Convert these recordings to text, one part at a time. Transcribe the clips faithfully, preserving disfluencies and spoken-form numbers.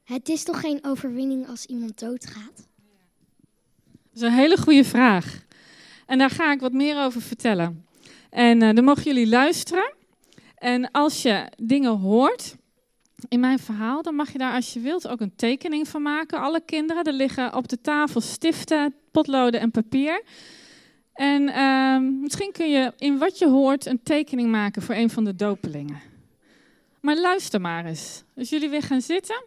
Het is toch geen overwinning als iemand doodgaat? Dat is een hele goede vraag. En daar ga ik wat meer over vertellen. En uh, dan mogen jullie luisteren. En als je dingen hoort in mijn verhaal, dan mag je daar als je wilt ook een tekening van maken. Alle kinderen, er liggen op de tafel stiften, potloden en papier. En uh, misschien kun je in wat je hoort een tekening maken voor een van de dopelingen. Maar luister maar eens. Als jullie weer gaan zitten.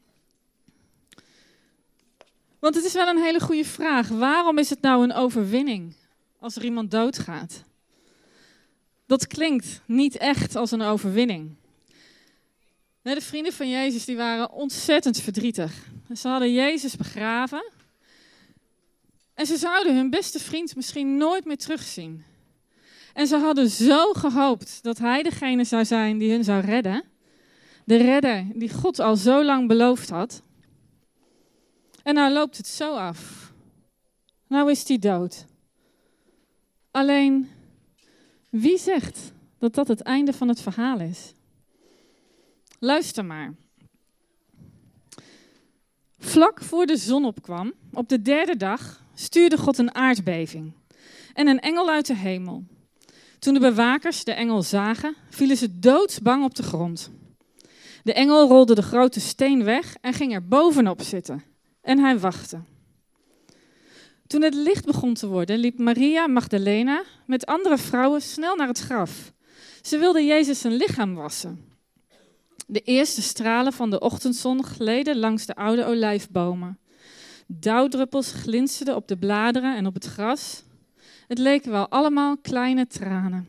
Want het is wel een hele goede vraag. Waarom is het nou een overwinning als er iemand doodgaat? Dat klinkt niet echt als een overwinning. De vrienden van Jezus die waren ontzettend verdrietig. Ze hadden Jezus begraven. En ze zouden hun beste vriend misschien nooit meer terugzien. En ze hadden zo gehoopt dat hij degene zou zijn die hun zou redden. De redder die God al zo lang beloofd had. En nou loopt het zo af. Nou is hij dood. Alleen, wie zegt dat dat het einde van het verhaal is? Luister maar. Vlak voor de zon opkwam, op de derde dag, stuurde God een aardbeving en een engel uit de hemel. Toen de bewakers de engel zagen, vielen ze doodsbang op de grond. De engel rolde de grote steen weg en ging er bovenop zitten. En hij wachtte. Toen het licht begon te worden, liep Maria Magdalena met andere vrouwen snel naar het graf. Ze wilde Jezus zijn lichaam wassen. De eerste stralen van de ochtendzon gleden langs de oude olijfbomen. Dauwdruppels glinsterden op de bladeren en op het gras. Het leken wel allemaal kleine tranen.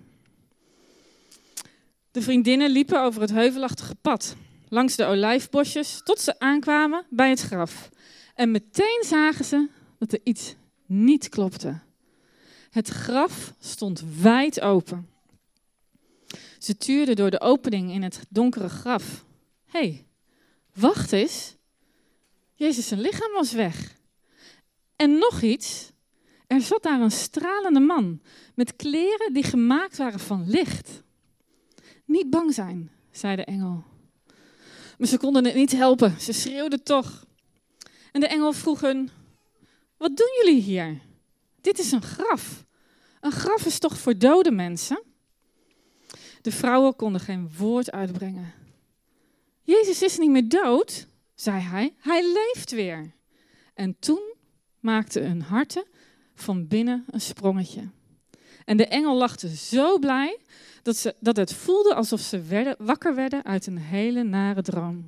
De vriendinnen liepen over het heuvelachtige pad, langs de olijfbosjes, tot ze aankwamen bij het graf. En meteen zagen ze dat er iets niet klopte. Het graf stond wijd open. Ze tuurden door de opening in het donkere graf. Hé, hey, wacht eens. Jezus' zijn lichaam was weg. En nog iets. Er zat daar een stralende man met kleren die gemaakt waren van licht. Niet bang zijn, zei de engel. Maar ze konden het niet helpen. Ze schreeuwden toch. En de engel vroeg hun, wat doen jullie hier? Dit is een graf. Een graf is toch voor dode mensen? De vrouwen konden geen woord uitbrengen. Jezus is niet meer dood, zei hij. Hij leeft weer. En toen maakte hun harten van binnen een sprongetje. En de engel lachte zo blij dat, ze, dat het voelde alsof ze werden, wakker werden uit een hele nare droom.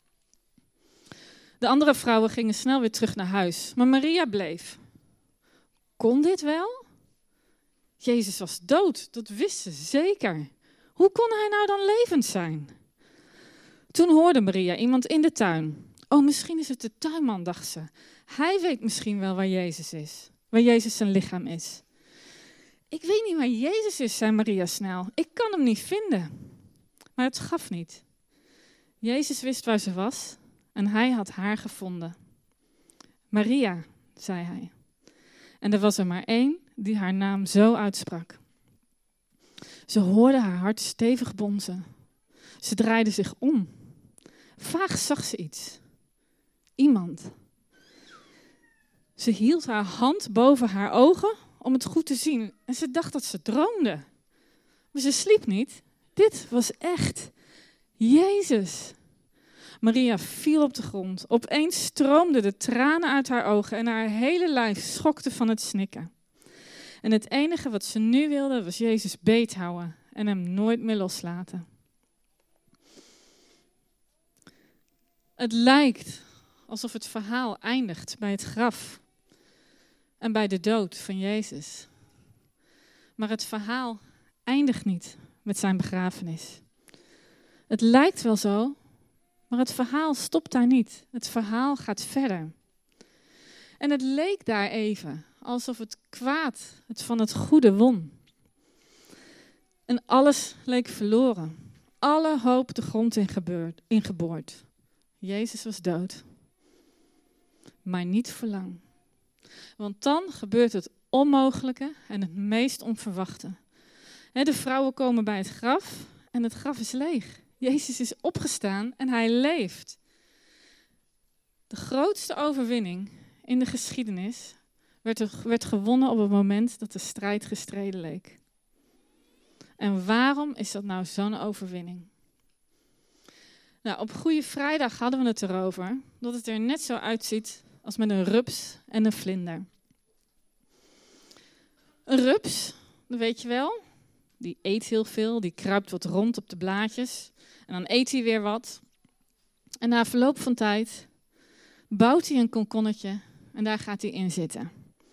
De andere vrouwen gingen snel weer terug naar huis, maar Maria bleef. Kon dit wel? Jezus was dood, dat wist ze zeker. Hoe kon hij nou dan levend zijn? Toen hoorde Maria iemand in de tuin. Oh, misschien is het de tuinman, dacht ze. Hij weet misschien wel waar Jezus is, waar Jezus zijn lichaam is. Ik weet niet waar Jezus is, zei Maria snel. Ik kan hem niet vinden. Maar het gaf niet. Jezus wist waar ze was en hij had haar gevonden. Maria, zei hij. En er was er maar één die haar naam zo uitsprak. Ze hoorde haar hart stevig bonzen. Ze draaide zich om. Vaag zag ze iets. Iemand. Ze hield haar hand boven haar ogen om het goed te zien. En ze dacht dat ze droomde. Maar ze sliep niet. Dit was echt Jezus. Maria viel op de grond. Opeens stroomden de tranen uit haar ogen en haar hele lijf schokte van het snikken. En het enige wat ze nu wilde was Jezus beethouden en hem nooit meer loslaten. Het lijkt alsof het verhaal eindigt bij het graf en bij de dood van Jezus. Maar het verhaal eindigt niet met zijn begrafenis. Het lijkt wel zo, maar het verhaal stopt daar niet. Het verhaal gaat verder. En het leek daar even alsof het kwaad het van het goede won. En alles leek verloren. Alle hoop de grond ingeboord. Jezus was dood. Maar niet voor lang. Want dan gebeurt het onmogelijke en het meest onverwachte. De vrouwen komen bij het graf en het graf is leeg. Jezus is opgestaan en hij leeft. De grootste overwinning in de geschiedenis werd, er, werd gewonnen op het moment dat de strijd gestreden leek. En waarom is dat nou zo'n overwinning? Nou, op Goede Vrijdag hadden we het erover dat het er net zo uitziet als met een rups en een vlinder. Een rups, dat weet je wel, die eet heel veel, die kruipt wat rond op de blaadjes en dan eet hij weer wat. En na verloop van tijd bouwt hij een kokonnetje en daar gaat hij in zitten.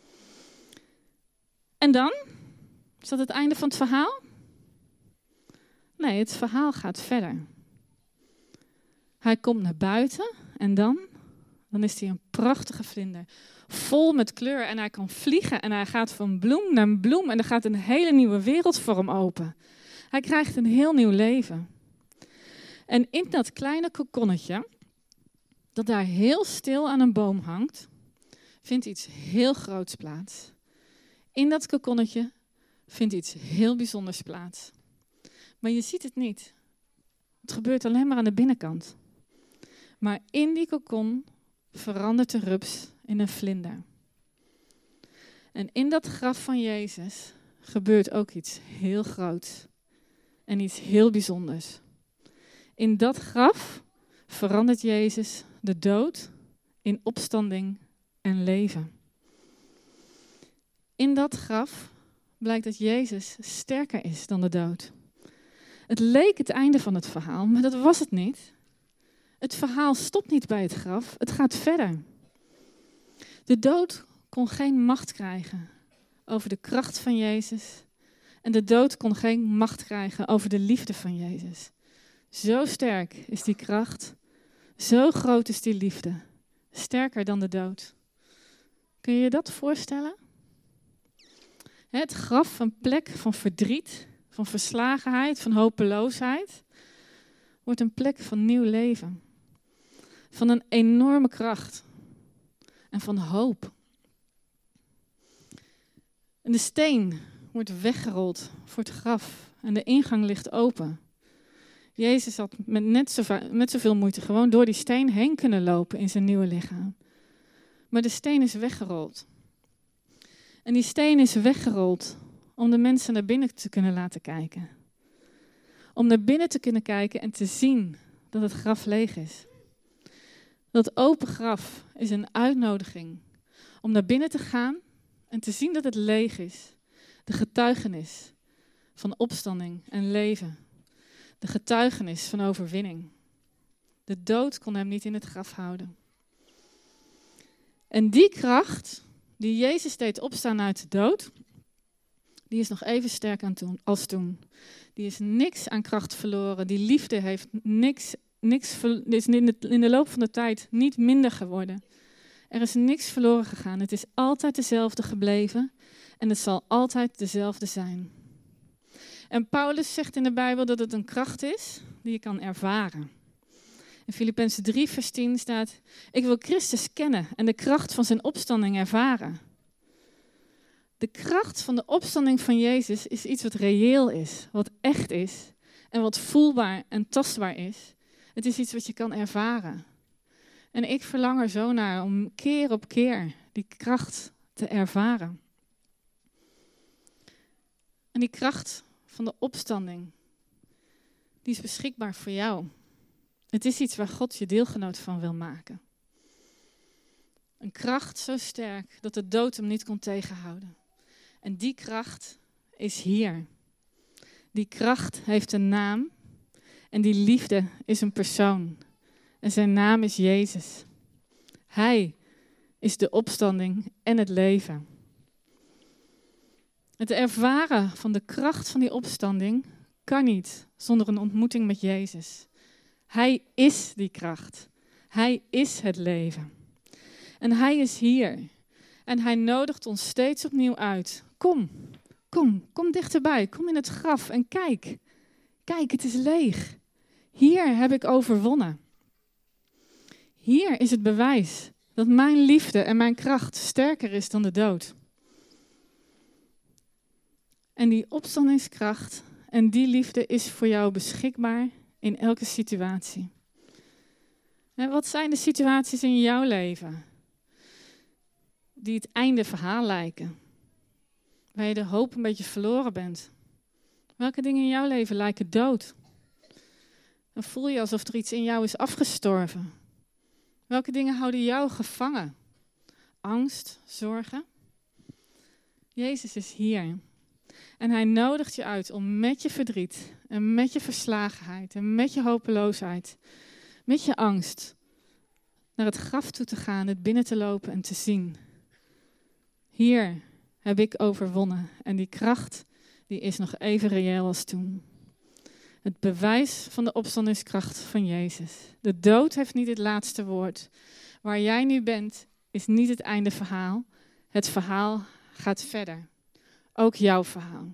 En dan? Is dat het einde van het verhaal? Nee, het verhaal gaat verder. Hij komt naar buiten en dan? Dan is hij een prachtige vlinder. Vol met kleur en hij kan vliegen en hij gaat van bloem naar bloem en er gaat een hele nieuwe wereld voor hem open. Hij krijgt een heel nieuw leven. En in dat kleine kokonnetje, dat daar heel stil aan een boom hangt, vindt iets heel groots plaats. In dat kokonnetje vindt iets heel bijzonders plaats. Maar je ziet het niet. Het gebeurt alleen maar aan de binnenkant. Maar in die kokon verandert de rups in een vlinder. En in dat graf van Jezus gebeurt ook iets heel groots. En iets heel bijzonders. In dat graf verandert Jezus de dood in opstanding en leven. In dat graf blijkt dat Jezus sterker is dan de dood. Het leek het einde van het verhaal, maar dat was het niet. Het verhaal stopt niet bij het graf, het gaat verder. De dood kon geen macht krijgen over de kracht van Jezus. En de dood kon geen macht krijgen over de liefde van Jezus. Zo sterk is die kracht, zo groot is die liefde. Sterker dan de dood. Kun je je dat voorstellen? Het graf, een plek van verdriet, van verslagenheid, van hopeloosheid, wordt een plek van nieuw leven. Van een enorme kracht en van hoop. En de steen wordt weggerold voor het graf en de ingang ligt open. Jezus had met net, zo, met zoveel moeite gewoon door die steen heen kunnen lopen in zijn nieuwe lichaam. Maar de steen is weggerold. En die steen is weggerold om de mensen naar binnen te kunnen laten kijken. Om naar binnen te kunnen kijken en te zien dat het graf leeg is. Dat open graf is een uitnodiging om naar binnen te gaan en te zien dat het leeg is. De getuigenis van opstanding en leven. De getuigenis van overwinning. De dood kon hem niet in het graf houden. En die kracht die Jezus deed opstaan uit de dood, die is nog even sterk aan toen, als toen. Die is niks aan kracht verloren. Die liefde heeft niks, niks ver, is in de, in de loop van de tijd niet minder geworden. Er is niks verloren gegaan. Het is altijd dezelfde gebleven en het zal altijd dezelfde zijn. En Paulus zegt in de Bijbel dat het een kracht is die je kan ervaren. In Filippenzen drie vers tien staat: ik wil Christus kennen en de kracht van zijn opstanding ervaren. De kracht van de opstanding van Jezus is iets wat reëel is, wat echt is en wat voelbaar en tastbaar is. Het is iets wat je kan ervaren. En ik verlang er zo naar om keer op keer die kracht te ervaren. En die kracht van de opstanding, die is beschikbaar voor jou. Het is iets waar God je deelgenoot van wil maken. Een kracht zo sterk dat de dood hem niet kon tegenhouden. En die kracht is hier. Die kracht heeft een naam en die liefde is een persoon. En zijn naam is Jezus. Hij is de opstanding en het leven. Het ervaren van de kracht van die opstanding kan niet zonder een ontmoeting met Jezus. Hij is die kracht. Hij is het leven. En hij is hier. En hij nodigt ons steeds opnieuw uit. Kom, kom, kom dichterbij. Kom in het graf en kijk. Kijk, het is leeg. Hier heb ik overwonnen. Hier is het bewijs dat mijn liefde en mijn kracht sterker is dan de dood. En die opstandingskracht en die liefde is voor jou beschikbaar in elke situatie. En wat zijn de situaties in jouw leven die het einde verhaal lijken? Waar je de hoop een beetje verloren bent? Welke dingen in jouw leven lijken dood? Dan voel je alsof er iets in jou is afgestorven. Welke dingen houden jou gevangen? Angst, zorgen? Jezus is hier. En hij nodigt je uit om met je verdriet en met je verslagenheid en met je hopeloosheid, met je angst, naar het graf toe te gaan, het binnen te lopen en te zien. Hier heb ik overwonnen en die kracht die is nog even reëel als toen. Het bewijs van de opstandingskracht van Jezus. De dood heeft niet het laatste woord. Waar jij nu bent is niet het einde verhaal. Het verhaal gaat verder. Ook jouw verhaal.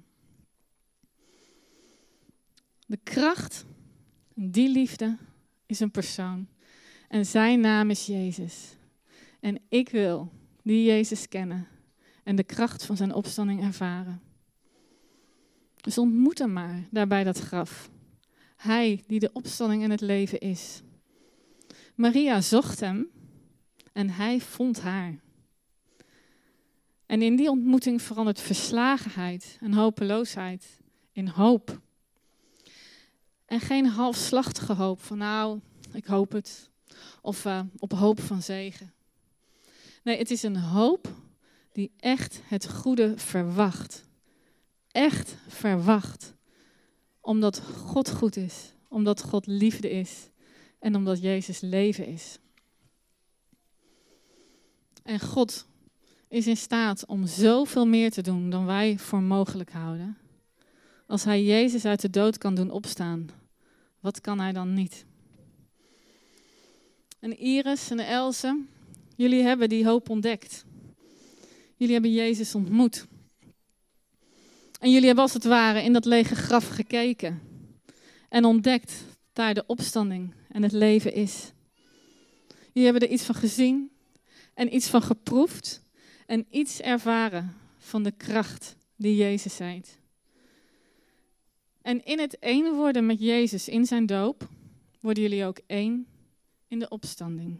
De kracht, die liefde, is een persoon. En zijn naam is Jezus. En ik wil die Jezus kennen en de kracht van zijn opstanding ervaren. Dus ontmoet hem maar daar bij dat graf. Hij die de opstanding en het leven is. Maria zocht hem en hij vond haar. En in die ontmoeting verandert verslagenheid en hopeloosheid in hoop. En geen halfslachtige hoop van nou, ik hoop het. Of uh, op hoop van zegen. Nee, het is een hoop die echt het goede verwacht. Echt verwacht. Omdat God goed is. Omdat God liefde is. En omdat Jezus leven is. En God is in staat om zoveel meer te doen dan wij voor mogelijk houden. Als hij Jezus uit de dood kan doen opstaan, wat kan hij dan niet? En Iris en Else, jullie hebben die hoop ontdekt. Jullie hebben Jezus ontmoet. En jullie hebben als het ware in dat lege graf gekeken. En ontdekt daar de opstanding en het leven is. Jullie hebben er iets van gezien en iets van geproefd. En iets ervaren van de kracht die Jezus heet. En in het één worden met Jezus in zijn doop, worden jullie ook één in de opstanding.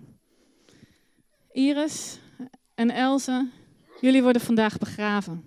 Iris en Else, jullie worden vandaag begraven.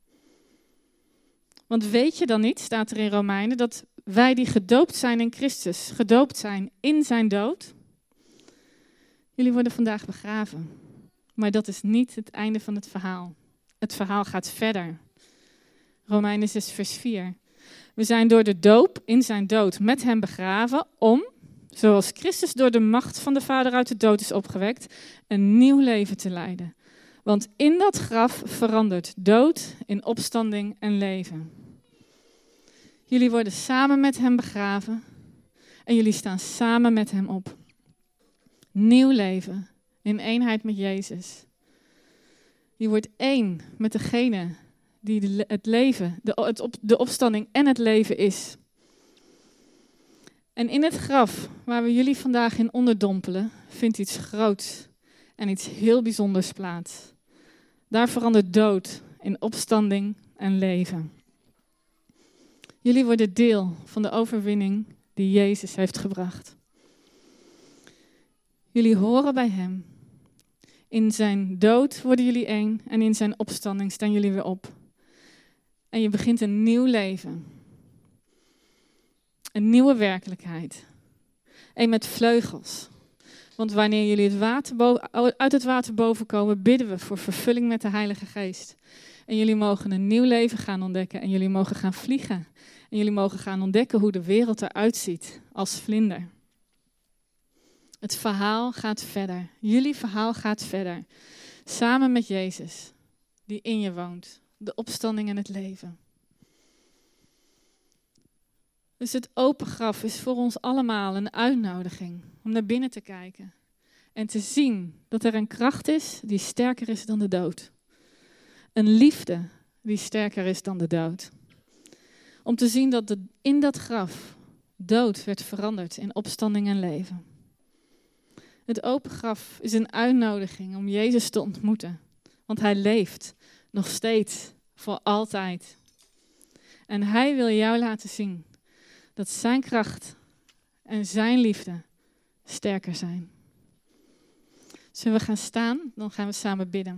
Want weet je dan niet, staat er in Romeinen, dat wij die gedoopt zijn in Christus, gedoopt zijn in zijn dood, jullie worden vandaag begraven. Maar dat is niet het einde van het verhaal. Het verhaal gaat verder. Romeinen zes vers vier. We zijn door de doop in zijn dood met hem begraven om, zoals Christus door de macht van de Vader uit de dood is opgewekt, een nieuw leven te leiden. Want in dat graf verandert dood in opstanding en leven. Jullie worden samen met hem begraven en jullie staan samen met hem op. Nieuw leven in eenheid met Jezus. Je wordt één met degene die het leven, de, het op, de opstanding en het leven is. En in het graf waar we jullie vandaag in onderdompelen, vindt iets groots en iets heel bijzonders plaats. Daar verandert dood in opstanding en leven. Jullie worden deel van de overwinning die Jezus heeft gebracht. Jullie horen bij hem. In zijn dood worden jullie één en in zijn opstanding staan jullie weer op. En je begint een nieuw leven. Een nieuwe werkelijkheid. Een met vleugels. Want wanneer jullie het water bo- uit het water boven komen, bidden we voor vervulling met de Heilige Geest. En jullie mogen een nieuw leven gaan ontdekken. En jullie mogen gaan vliegen. En jullie mogen gaan ontdekken hoe de wereld eruit ziet als vlinder. Het verhaal gaat verder. Jullie verhaal gaat verder. Samen met Jezus, die in je woont. De opstanding en het leven. Dus het open graf is voor ons allemaal een uitnodiging om naar binnen te kijken. En te zien dat er een kracht is die sterker is dan de dood. Een liefde die sterker is dan de dood. Om te zien dat de, in dat graf dood werd veranderd in opstanding en leven. Het open graf is een uitnodiging om Jezus te ontmoeten. Want hij leeft nog steeds voor altijd. En hij wil jou laten zien dat zijn kracht en zijn liefde sterker zijn. Zullen we gaan staan? Dan gaan we samen bidden.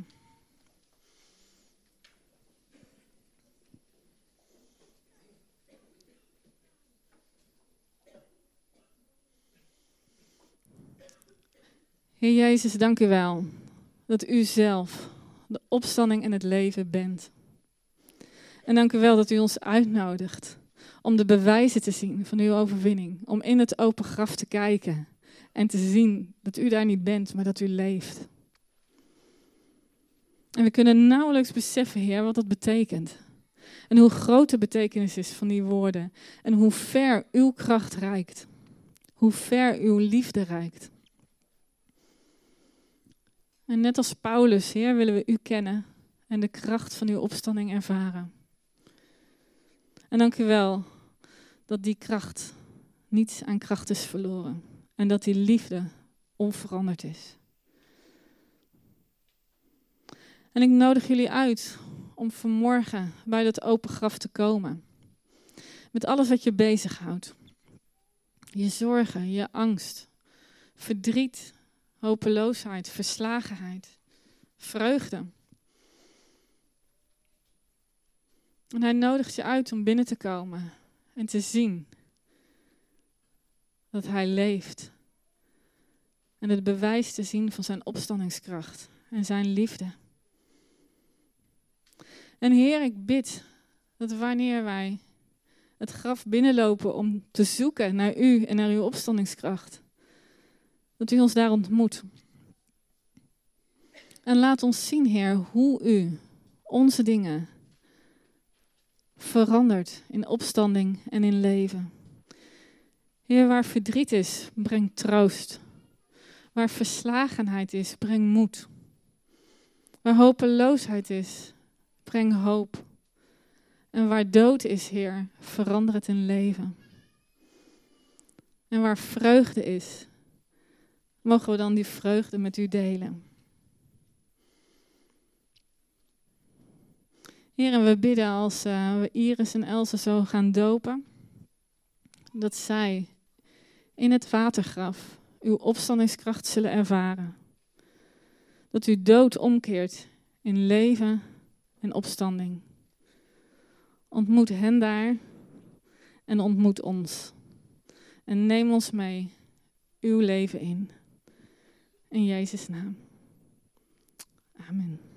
Heer Jezus, dank u wel dat u zelf de opstanding en het leven bent. En dank u wel dat u ons uitnodigt om de bewijzen te zien van uw overwinning. Om in het open graf te kijken en te zien dat u daar niet bent, maar dat u leeft. En we kunnen nauwelijks beseffen, Heer, wat dat betekent. En hoe groot de betekenis is van die woorden. En hoe ver uw kracht reikt. Hoe ver uw liefde reikt. En net als Paulus, Heer, willen we u kennen en de kracht van uw opstanding ervaren. En dank u wel dat die kracht niet aan kracht is verloren. En dat die liefde onveranderd is. En ik nodig jullie uit om vanmorgen bij dat open graf te komen. Met alles wat je bezighoudt. Je zorgen, je angst, verdriet, hopeloosheid, verslagenheid, vreugde. En hij nodigt je uit om binnen te komen en te zien dat hij leeft. En het bewijs te zien van zijn opstandingskracht en zijn liefde. En Heer, ik bid dat wanneer wij het graf binnenlopen om te zoeken naar u en naar uw opstandingskracht, dat u ons daar ontmoet. En laat ons zien, Heer, hoe u onze dingen verandert in opstanding en in leven. Heer, waar verdriet is, breng troost. Waar verslagenheid is, breng moed. Waar hopeloosheid is, breng hoop. En waar dood is, Heer, verander het in leven. En waar vreugde is, mogen we dan die vreugde met u delen. Heer, en we bidden als uh, we Iris en Else zo gaan dopen, dat zij in het watergraf uw opstandingskracht zullen ervaren. Dat u dood omkeert in leven en opstanding. Ontmoet hen daar en ontmoet ons. En neem ons mee uw leven in. In Jezus' naam. Amen.